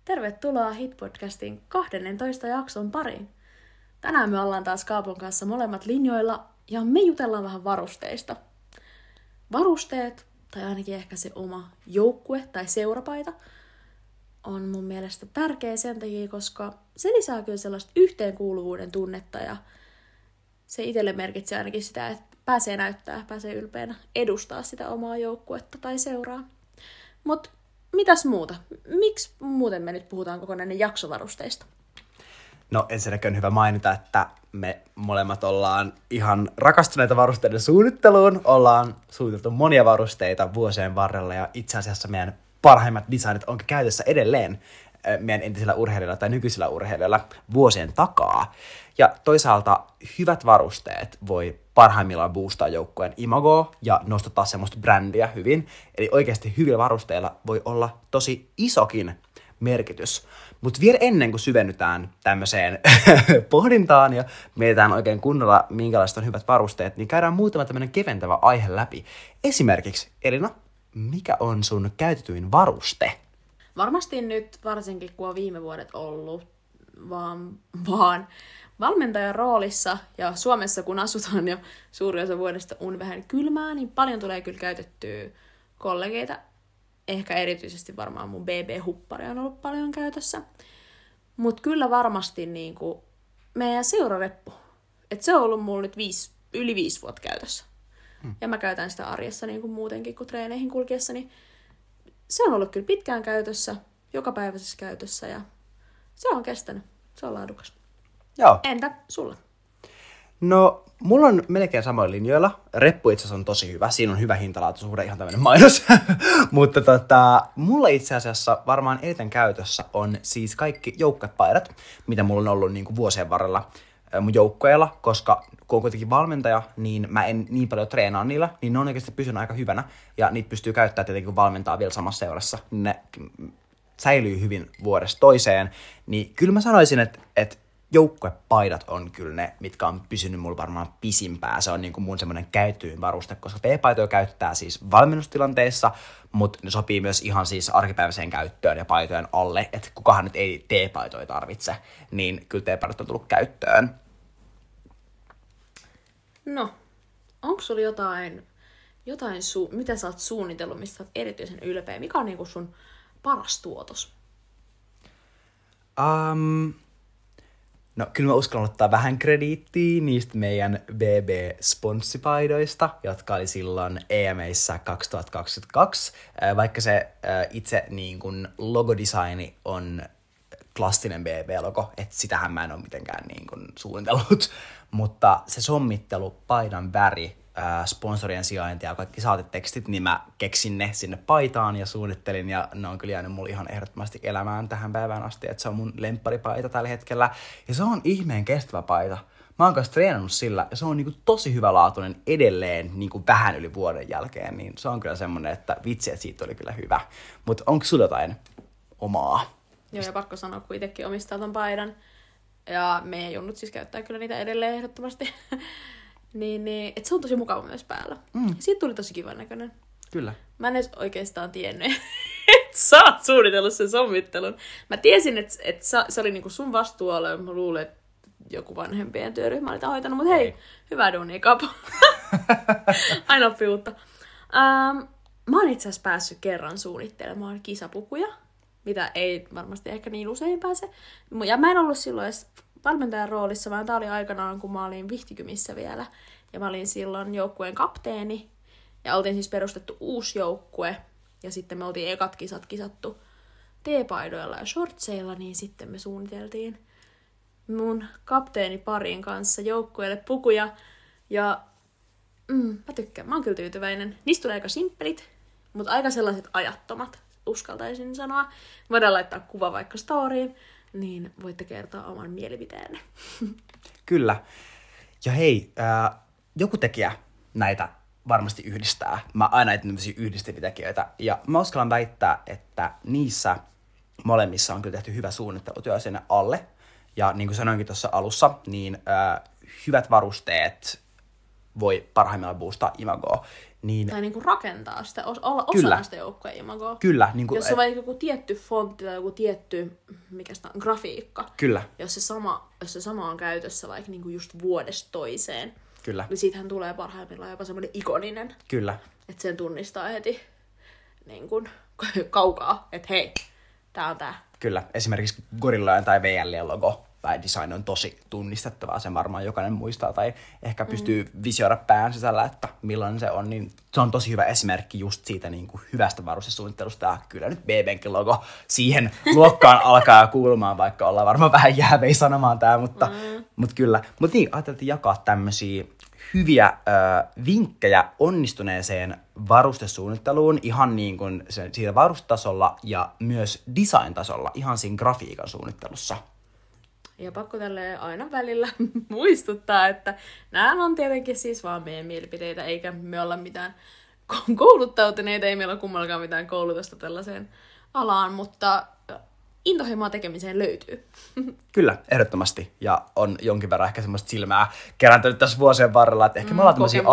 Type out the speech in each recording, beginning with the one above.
Tervetuloa Hit-podcastin 12 jakson pariin. Tänään me ollaan taas Kaapon kanssa molemmat linjoilla ja me jutellaan vähän varusteista. Varusteet, tai ainakin ehkä se oma joukkue tai seurapaita, on mun mielestä tärkeä sen takia, koska se lisää kyllä sellaista yhteenkuuluvuuden tunnetta ja se itselle merkitsee ainakin sitä, että pääsee ylpeänä edustaa sitä omaa joukkuetta tai seuraa. Mut mitäs muuta? Miksi muuten me nyt puhutaan kokonainen jaksovarusteista? No ensinnäkin on hyvä mainita, että me molemmat ollaan ihan rakastuneita varusteiden suunnitteluun. Ollaan suunniteltu monia varusteita vuosien varrella ja itse asiassa meidän parhaimmat designit onkin käytössä edelleen meidän entisillä urheilijoilla tai nykyisillä urheilijoilla vuosien takaa. Ja toisaalta hyvät varusteet voi parhaimmillaan boostaa joukkueen imagoa ja nostattaa semmoista brändiä hyvin. Eli oikeasti hyvillä varusteilla voi olla tosi isokin merkitys. Mutta vielä ennen kuin syvennytään tämmöiseen pohdintaan ja mietitään oikein kunnolla, minkälaiset on hyvät varusteet, niin käydään muutama tämmöinen keventävä aihe läpi. Esimerkiksi, Elina, mikä on sun käytetyin varuste? Varmasti nyt, varsinkin kun on viime vuodet ollut, vaan valmentajan roolissa ja Suomessa kun asutaan jo suuri osa vuodesta on vähän kylmää, niin paljon tulee kyllä käytettyä kollegeita. Ehkä erityisesti varmaan mun BB-huppari on ollut paljon käytössä. Mutta kyllä varmasti niinku meidän seurareppu. Et se on ollut mulla nyt yli 5 vuotta käytössä. Ja mä käytän sitä arjessa niinku muutenkin kuin treeneihin kulkiessa. Niin se on ollut kyllä pitkään käytössä, jokapäiväisessä käytössä ja se on kestänyt. Se on laadukas. Joo. Entä sulla? No, mulla on melkein samoilla linjoilla. Reppu itse asiassa on tosi hyvä. Siinä on hyvä hintalaatuisuhde, ihan tämmöinen mainos. Mutta mulla itse asiassa varmaan eniten käytössä on siis kaikki joukkuepaidat, mitä mulla on ollut niin kuin vuosien varrella mun joukkueilla, koska kun on kuitenkin valmentaja, niin mä en niin paljon treenaa niillä, niin ne on oikeasti pysynyt aika hyvänä. Ja niitä pystyy käyttämään tietenkin, kun valmentaa vielä samassa seurassa. Ne säilyy hyvin vuodesta toiseen. Niin kyllä mä sanoisin, että joukkuepaidat on kyllä ne, mitkä on pysynyt mulla varmaan pisimpää. Se on niin kuin mun semmoinen käytetyin varuste, koska T-paitoja käyttää siis valmennustilanteissa, mutta ne sopii myös ihan siis arkipäiväiseen käyttöön ja paitojen alle, että kukahan nyt ei T-paitoja tarvitse, niin kyllä T-paidat on tullut käyttöön. No, onko sulla jotain mitä sä oot suunnitellut, mistä sä oot erityisen ylpeä? Mikä on niinku sun paras tuotos? No kyllä mä uskallan ottaa vähän krediittiä niistä meidän BB-sponssipaidoista, jotka oli silloin EMEissä 2022, vaikka se itse niin kun logodesigni on klassinen BB-logo, että sitähän mä en ole mitenkään niin kun suunnitellut, mutta se sommittelu, paidan väri, sponsorien sijainti ja kaikki saatetekstit, niin mä keksin ne sinne paitaan ja suunnittelin ja ne on kyllä jäänyt mulle ihan ehdottomasti elämään tähän päivään asti, että se on mun lempparipaita tällä hetkellä ja se on ihmeen kestävä paita. Mä oon kanssa treenannut sillä ja se on niinku tosi hyvälaatuinen edelleen niinku vähän yli vuoden jälkeen, niin se on kyllä semmonen, että vitsi, että siitä oli kyllä hyvä. Mutta onko sulla jotain omaa? Joo, ja pakko sanoa, kun itsekin omistaa ton paidan ja meidän junnut siis käyttää kyllä niitä edelleen ehdottomasti. Niin, että se on tosi mukava myös päällä. Siitä tuli tosi kivan näköinen. Kyllä. Mä en edes oikeastaan tiennyt, että sä oot suunnitellut sen sommittelun. Mä tiesin, että se oli niinku sun vastuualue. Mä luulen, että joku vanhempien työryhmä oli hoitanut. Mutta hei, hyvää duunia, Kapo. Aina oppii uutta. Mä oon itse asiassa päässyt kerran suunnittelemaan kisapukuja, mitä ei varmasti ehkä niin usein pääse. Ja mä en ollut silloin edes valmentajan roolissa, vaan tää oli aikanaan, kun mä olin Vihtikymissä vielä. Ja mä olin silloin joukkueen kapteeni. Ja oltiin siis perustettu uusi joukkue. Ja sitten me oltiin ekat kisat kisattu T-paidoilla ja shortseilla, niin sitten me suunniteltiin mun kapteeni parin kanssa joukkueelle pukuja. Ja mä tykkään, mä oon kyllä tyytyväinen. Niistä tulee aika simppelit, mutta aika sellaiset ajattomat, uskaltaisin sanoa. Voidaan laittaa kuva vaikka storyin, niin voitte kertoa oman mielipiteenne. Kyllä. Ja hei, joku tekijä näitä varmasti yhdistää. Mä aina etsin tämmöisiä yhdistäviä tekijöitä. Ja mä uskallan väittää, että niissä molemmissa on kyllä tehty hyvä suunnittelutyö sinne alle. Ja niin kuin sanoinkin tuossa alussa, niin hyvät varusteet voi parhaimmillaan boostaa imagoa. Niin, tai niinku rakentaa sitä, olla Kyllä. osana sitä joukkueen imagoa. Kyllä. Niin kuin, Jos on vaikka joku tietty fontti tai joku tietty grafiikka, Kyllä. jos se sama on käytössä vaikka niinku just vuodesta toiseen, Kyllä. niin siitähän tulee parhaimmillaan jopa semmoinen ikoninen, Kyllä. että sen tunnistaa heti niin kuin, kaukaa, että hei, tää on tää. Kyllä. Esimerkiksi Gorillajen tai VL:n logo tai design on tosi tunnistettavaa. Sen varmaan jokainen muistaa tai ehkä pystyy visioida pään sisällä, että millainen se on. Niin se on tosi hyvä esimerkki just siitä niin kuin hyvästä varustesuunnittelusta. Ja kyllä nyt BB:nkin logo siihen luokkaan alkaa kuulumaan, vaikka ollaan varmaan vähän jäävei sanomaan tää, mutta kyllä. Mutta niin, ajateltiin jakaa tämmöisiä hyviä vinkkejä onnistuneeseen varustesuunnitteluun ihan niin kuin siitä varustetasolla ja myös design-tasolla, ihan siinä grafiikan suunnittelussa. Ja pakko tälleen aina välillä muistuttaa, että nämä on tietenkin siis vaan meidän mielipiteitä, eikä me olla mitään kouluttautuneita, ei meillä ole kummallakaan mitään koulutusta tällaiseen alaan, mutta intohimoa tekemiseen löytyy. Kyllä, ehdottomasti. Ja on jonkin verran ehkä semmoista silmää kerääntynyt tässä vuosien varrella, että ehkä me ollaan tämmöisiä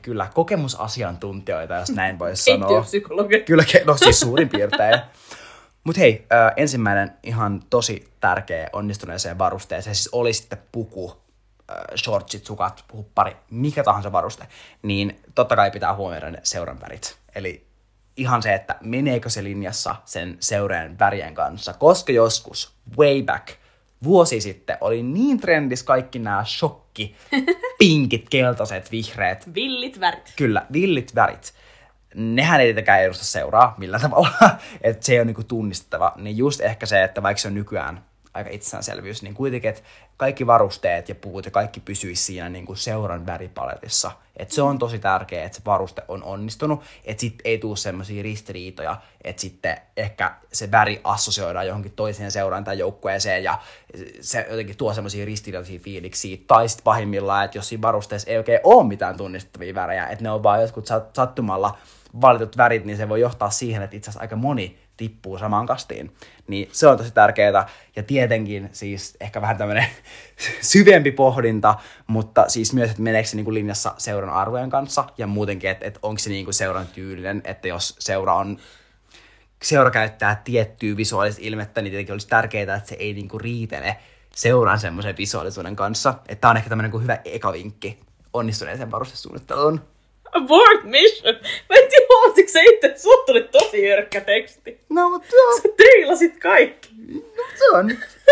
kokemusasiantuntijoita, jos näin voisi sanoa. Keittiöpsykologi. Kyllä, no siis suurin piirtein. Mutta hei, ensimmäinen ihan tosi tärkeä onnistuneeseen varusteeseen, siis oli sitten puku, shortsit, sukat, huppari, mikä tahansa varuste, niin totta kai pitää huomioida ne seuran värit. Eli ihan se, että meneekö se linjassa sen seureen värien kanssa, koska joskus, way back, vuosi sitten, oli niin trendis kaikki nämä shokki, pinkit, keltaiset, vihreät. Villit värit. Kyllä, villit värit. Nehän ei tietenkään edusta seuraa millään tavalla, että se ei ole niinku tunnistettava. Niin just ehkä se, että vaikka se on nykyään aika itsestäänselvyys, niin kuitenkin, että kaikki varusteet ja puut ja kaikki pysyisi siinä niinku seuran väripaletissa. Että se on tosi tärkeää, että se varuste on onnistunut, että sitten ei tule semmoisia ristiriitoja, että sitten ehkä se väri assosioidaan johonkin toiseen seuraan tai joukkueeseen ja se jotenkin tuo semmoisia ristiriitaisia fiiliksiä. Tai sitten pahimmillaan, että jos siinä varusteessa ei oikein ole mitään tunnistettavia värejä, että ne on vaan jotkut sattumalla valitut värit, niin se voi johtaa siihen, että itse asiassa aika moni tippuu samaan kastiin. Niin se on tosi tärkeää. Ja tietenkin siis ehkä vähän tämmöinen syvempi pohdinta, mutta siis myös, että meneekö se niinku linjassa seuran arvojen kanssa ja muutenkin, että onko se niinku seuran tyylinen, että jos seura käyttää tiettyä visuaalista ilmettä, niin tietenkin olisi tärkeää, että se ei niinku riitele seuran semmoisen visuaalisuuden kanssa. Että tämä on ehkä tämmöinen kuin hyvä ekavinkki onnistuneeseen varustesuunnitteluun. Abort mission! Mä en tiedä, huomasitko sä itse, sulla tuli tosi jyrkkä teksti. No, mutta joo. Sä teilasit kaikki. No, se on.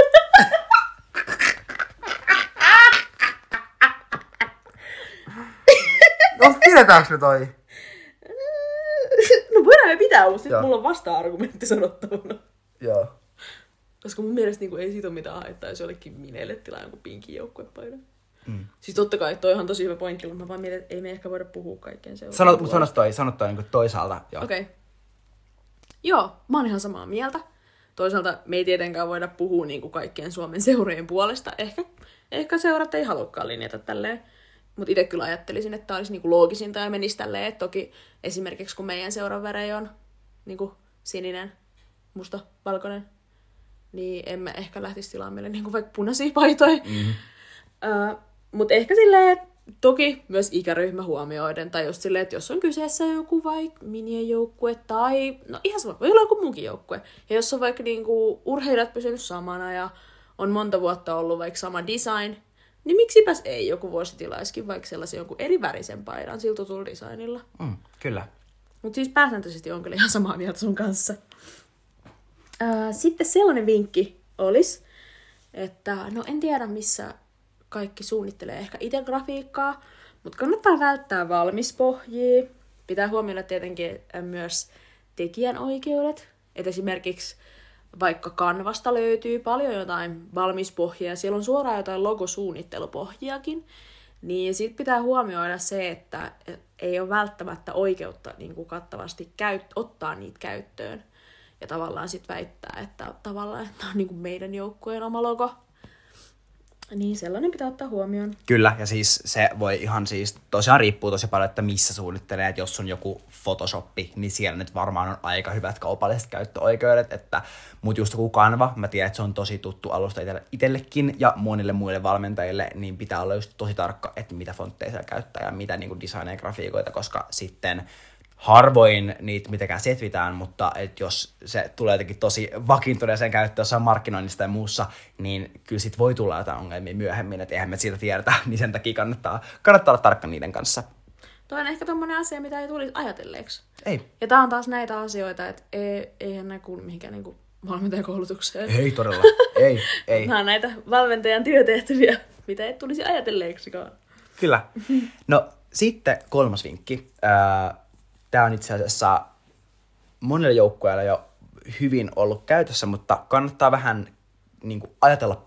No, pidetäänkö me toi? No voidaan me pitää, mutta sit mulla on vasta-argumentti sanottavana. Joo. Koska mun mielestä niin ei siitä ole mitään haittaa, jos jollekin mineille tilaa jonkun pinkin joukkuepaidan. Siis totta kai, toi on tosi hyvä pointti, mutta mä vaan mietin, että ei me ehkä voida puhua kaikkeen seuraavaan. Sano toi niin toisaalta. Okei. Joo, mä oon ihan samaa mieltä. Toisaalta me ei tietenkään voida puhua niin kuin kaikkien Suomen seurojen puolesta. Ehkä seurat ei halukaan linjata tälleen. Mutta itse kyllä ajattelisin, että tämä olisi niin kuin loogisinta ja menisi tälleen. Että toki esimerkiksi kun meidän seuran värejä on niin kuin sininen, musta, valkoinen, niin emme ehkä lähtisi tilaamaan meille niin kuin vaikka punaisia paitoja. Mm-hmm. Mutta ehkä silleen, toki myös ikäryhmä huomioiden, tai just silleen, että jos on kyseessä joku vaikka minien joukkue, tai no ihan sama, voi olla joku muukin joukkue. Ja jos on vaikka niinku urheilijat pysynyt samana ja on monta vuotta ollut vaikka sama design, niin miksipäs ei joku voisi tilaisikin vaikka sellaisen jonkun eri värisen paidan sillä tutulla designilla. Kyllä. Mutta siis pääsääntöisesti on kyllä ihan samaa mieltä sun kanssa. Sitten sellainen vinkki olisi, että no en tiedä missä kaikki suunnittelee ehkä itse grafiikkaa, mutta kannattaa välttää valmispohjia. Pitää huomioida tietenkin myös tekijänoikeudet. Et esimerkiksi vaikka Canvasta löytyy paljon jotain valmispohjia, siellä on suoraan jotain logosuunnittelupohjiakin, niin sitten pitää huomioida se, että ei ole välttämättä oikeutta niin kuin kattavasti ottaa niitä käyttöön. Ja tavallaan sitten väittää, että tavallaan että on niin kuin meidän joukkueen oma logo. Niin, sellainen pitää ottaa huomioon. Kyllä, ja siis se voi ihan siis, tosiaan riippuu tosi paljon, että missä suunnittelee, että jos on joku Photoshoppi, niin siellä nyt varmaan on aika hyvät kaupalliset käyttöoikeudet, mutta just joku Canva, mä tiedän, että se on tosi tuttu alusta itsellekin ja monille muille valmentajille, niin pitää olla just tosi tarkka, että mitä fontteja siellä käyttää ja mitä niinku designeja grafiikoita, koska sitten harvoin niitä mitenkään setvitään, mutta et jos se tulee jotenkin tosi vakiintuneeseen käyttöön jossain markkinoinnissa tai muussa, niin kyllä sit voi tulla jotain ongelmia myöhemmin, että eihän me siitä tiedetä, niin sen takia kannattaa olla tarkka niiden kanssa. Toi on ehkä tommonen asia, mitä ei tulisi ajatelleeksi. Ei. Ja tää on taas näitä asioita, että eihän nää kuulu mihinkään niinku valmentajakoulutukseen. Ei todella, ei. Nämä on näitä valmentajan työtehtäviä, mitä ei tulisi ajatelleeksikaan. Kyllä. No sitten 3. vinkki. Tämä on itse asiassa monilla joukkueilla jo hyvin ollut käytössä, mutta kannattaa vähän niin kuin ajatella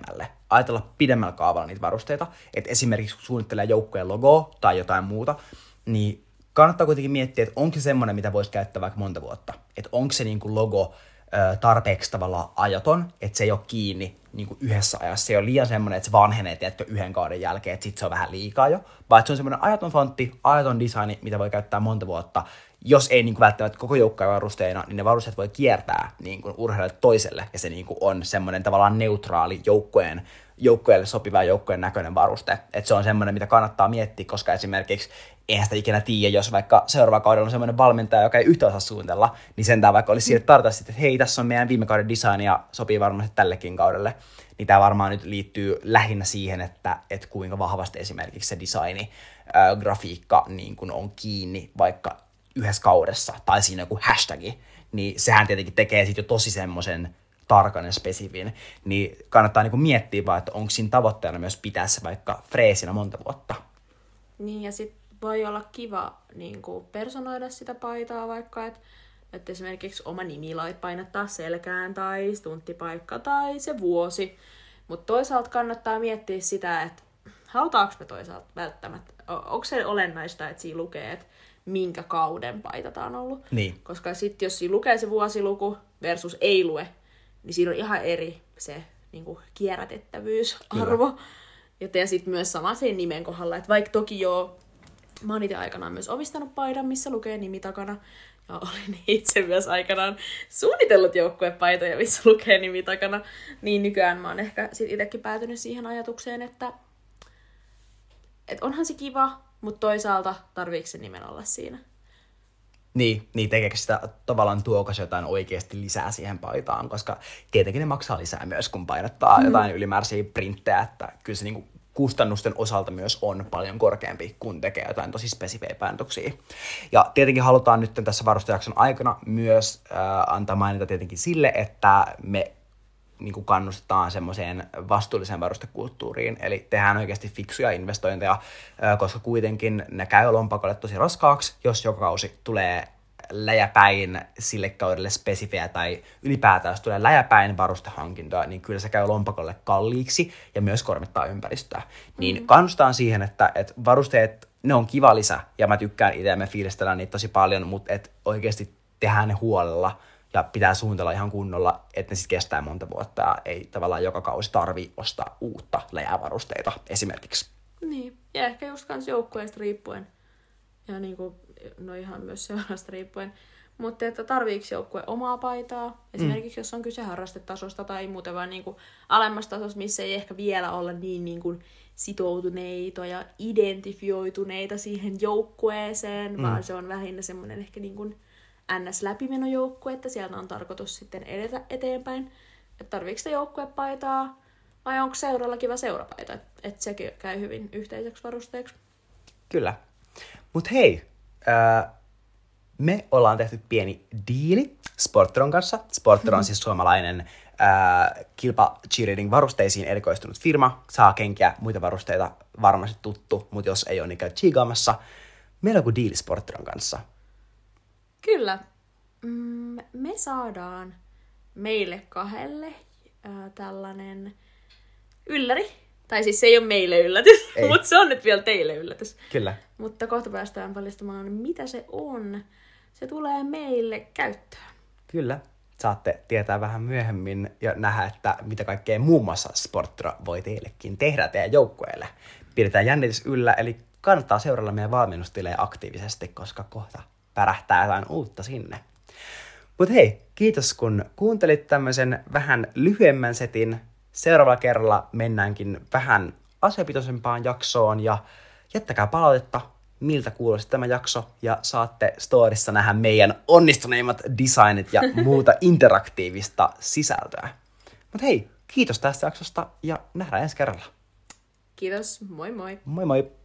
pidemmällä kaavalla niitä varusteita. Et esimerkiksi kun suunnittelee joukkueen logoa tai jotain muuta, niin kannattaa kuitenkin miettiä, että onko se semmoinen, mitä voisi käyttää vaikka monta vuotta. Että onko se niin kuin logo tarpeeksi tavallaan ajaton, että se ei ole kiinni niin kuin yhdessä ajassa. Se ei ole liian semmoinen, että se vanhenee, tiedätkö, 1 kauden jälkeen, että sitten se on vähän liikaa jo. Vaan että se on semmoinen ajaton fontti, ajaton designi, mitä voi käyttää monta vuotta. Jos ei niin kuin välttämättä koko joukkueen varusteina, niin ne varusteet voi kiertää niin kuin urheilijalle toiselle. Ja se niin kuin on semmoinen tavallaan neutraali joukkueelle sopiva joukkueen näköinen varuste. Että se on semmoinen, mitä kannattaa miettiä, koska esimerkiksi eihän sitä ikinä tiedä, jos vaikka seuraava kaudella on semmoinen valmentaja, joka ei yhtä osaa suunnitella, niin sentään vaikka olisi sille tarjota sitten, että hei, tässä on meidän viime kauden design ja sopii varmasti tällekin kaudelle. Niin tämä varmaan nyt liittyy lähinnä siihen, että kuinka vahvasti esimerkiksi se designi, grafiikka niin kun on kiinni vaikka yhdessä kaudessa, tai siinä joku hashtagi, niin sehän tietenkin tekee sitten jo tosi semmoisen tarkan ja spesifin, niin kannattaa niinku miettiä vaan, että onko siinä tavoitteena myös pitää se vaikka freesinä monta vuotta. Niin, ja sitten voi olla kiva niin kuin personoida sitä paitaa vaikka, että esimerkiksi oma nimi painattaa selkään tai stunttipaikka tai se vuosi. Mutta toisaalta kannattaa miettiä sitä, että halutaanko me toisaalta välttämättä, onko se olennaista, että siinä lukee, että minkä kauden paita tämä on ollut. Niin. Koska sitten jos siinä lukee se vuosiluku versus ei lue, niin siinä on ihan eri se niin kuin kierrätettävyysarvo. Ja sitten myös sama sen nimen kohdalla, että vaikka toki joo, mä oon itse aikanaan myös omistanut paidan, missä lukee nimi takana. Ja olin itse myös aikanaan suunnitellut joukkuepaitoja, missä lukee nimi takana. Niin nykyään mä oon ehkä sit itsekin päätynyt siihen ajatukseen, että onhan se kiva, mutta toisaalta tarviiko se nimen olla siinä? Niin tekeekö sitä tavallaan tuokas jotain oikeasti lisää siihen paitaan, koska tietenkin ne maksaa lisää myös, kun painattaa jotain ylimääräisiä printtejä, että kyllä se niinku kustannusten osalta myös on paljon korkeampi, kun tekee jotain tosi spesifejä päätöksiä. Ja tietenkin halutaan nyt tässä varustajakson aikana myös antaa mainita tietenkin sille, että me niin kuin kannustetaan semmoiseen vastuulliseen varustekulttuuriin, eli tehdään oikeasti fiksuja investointeja, koska kuitenkin ne käy lompakolle tosi raskaaksi, jos joka kausi tulee läjäpäin sille kaudelle spesifejä tai ylipäätään jos tulee läjäpäin varustehankintoja, niin kyllä se käy lompakolle kalliiksi ja myös kormittaa ympäristöä. Niin kannustaan siihen, että varusteet, ne on kiva lisä ja mä tykkään itse ja me fiilistellään niitä tosi paljon, mutta oikeasti tehdään ne huolella ja pitää suunnitella ihan kunnolla, että ne sitten kestää monta vuotta ja ei tavallaan joka kausi tarvii ostaa uutta läjävarusteita esimerkiksi. Niin, ja ehkä just kans joukkueesta riippuen ja niinku, no ihan myös seurasta riippuen, mutta että tarviiko joukkue omaa paitaa, esimerkiksi jos on kyse harrastetasosta tai muuten vaan niinku alemmasta tasosta, missä ei ehkä vielä olla niin niinku sitoutuneita ja identifioituneita siihen joukkueeseen, vaan se on lähinnä semmoinen ehkä niinku NS-läpimenojoukkue, että sieltä on tarkoitus sitten edetä eteenpäin. Että tarviiko sitä joukkuepaitaa vai onko seuralla kiva seurapaita, että sekin käy hyvin yhteiseksi varusteeksi. Kyllä. Mutta hei, me ollaan tehty pieni diili Sportron kanssa. Sportron on siis suomalainen kilpa-cheerleading varusteisiin erikoistunut firma. Saa kenkiä, muita varusteita, varmasti tuttu, mutta jos ei ole, niin käy chiigaamassa. Meillä on joku diili Sportron kanssa. Kyllä. Me saadaan meille kahdelle tällainen ylläri. Tai siis se ei ole meille yllätys, mutta se on nyt vielä teille yllätys. Kyllä. Mutta kohta päästään paljastamaan, mitä se on. Se tulee meille käyttöön. Kyllä. saatte tietää vähän myöhemmin ja nähdä, että mitä kaikkea muun muassa Sportra voi teillekin tehdä teidän joukkueelle. Pidetään jännitys yllä, eli kannattaa seurata meidän valmennustilejä aktiivisesti, koska kohta pärähtää jotain uutta sinne. Mutta hei, kiitos kun kuuntelit tämmöisen vähän lyhyemmän setin. Seuraavalla kerralla mennäänkin vähän asiapitoisempaan jaksoon ja jättäkää palautetta, miltä kuulosti tämä jakso ja saatte storissa nähdä meidän onnistuneimmat designit ja muuta interaktiivista sisältöä. Mutta hei, kiitos tästä jaksosta ja nähdään ensi kerralla. Kiitos, moi moi. Moi moi.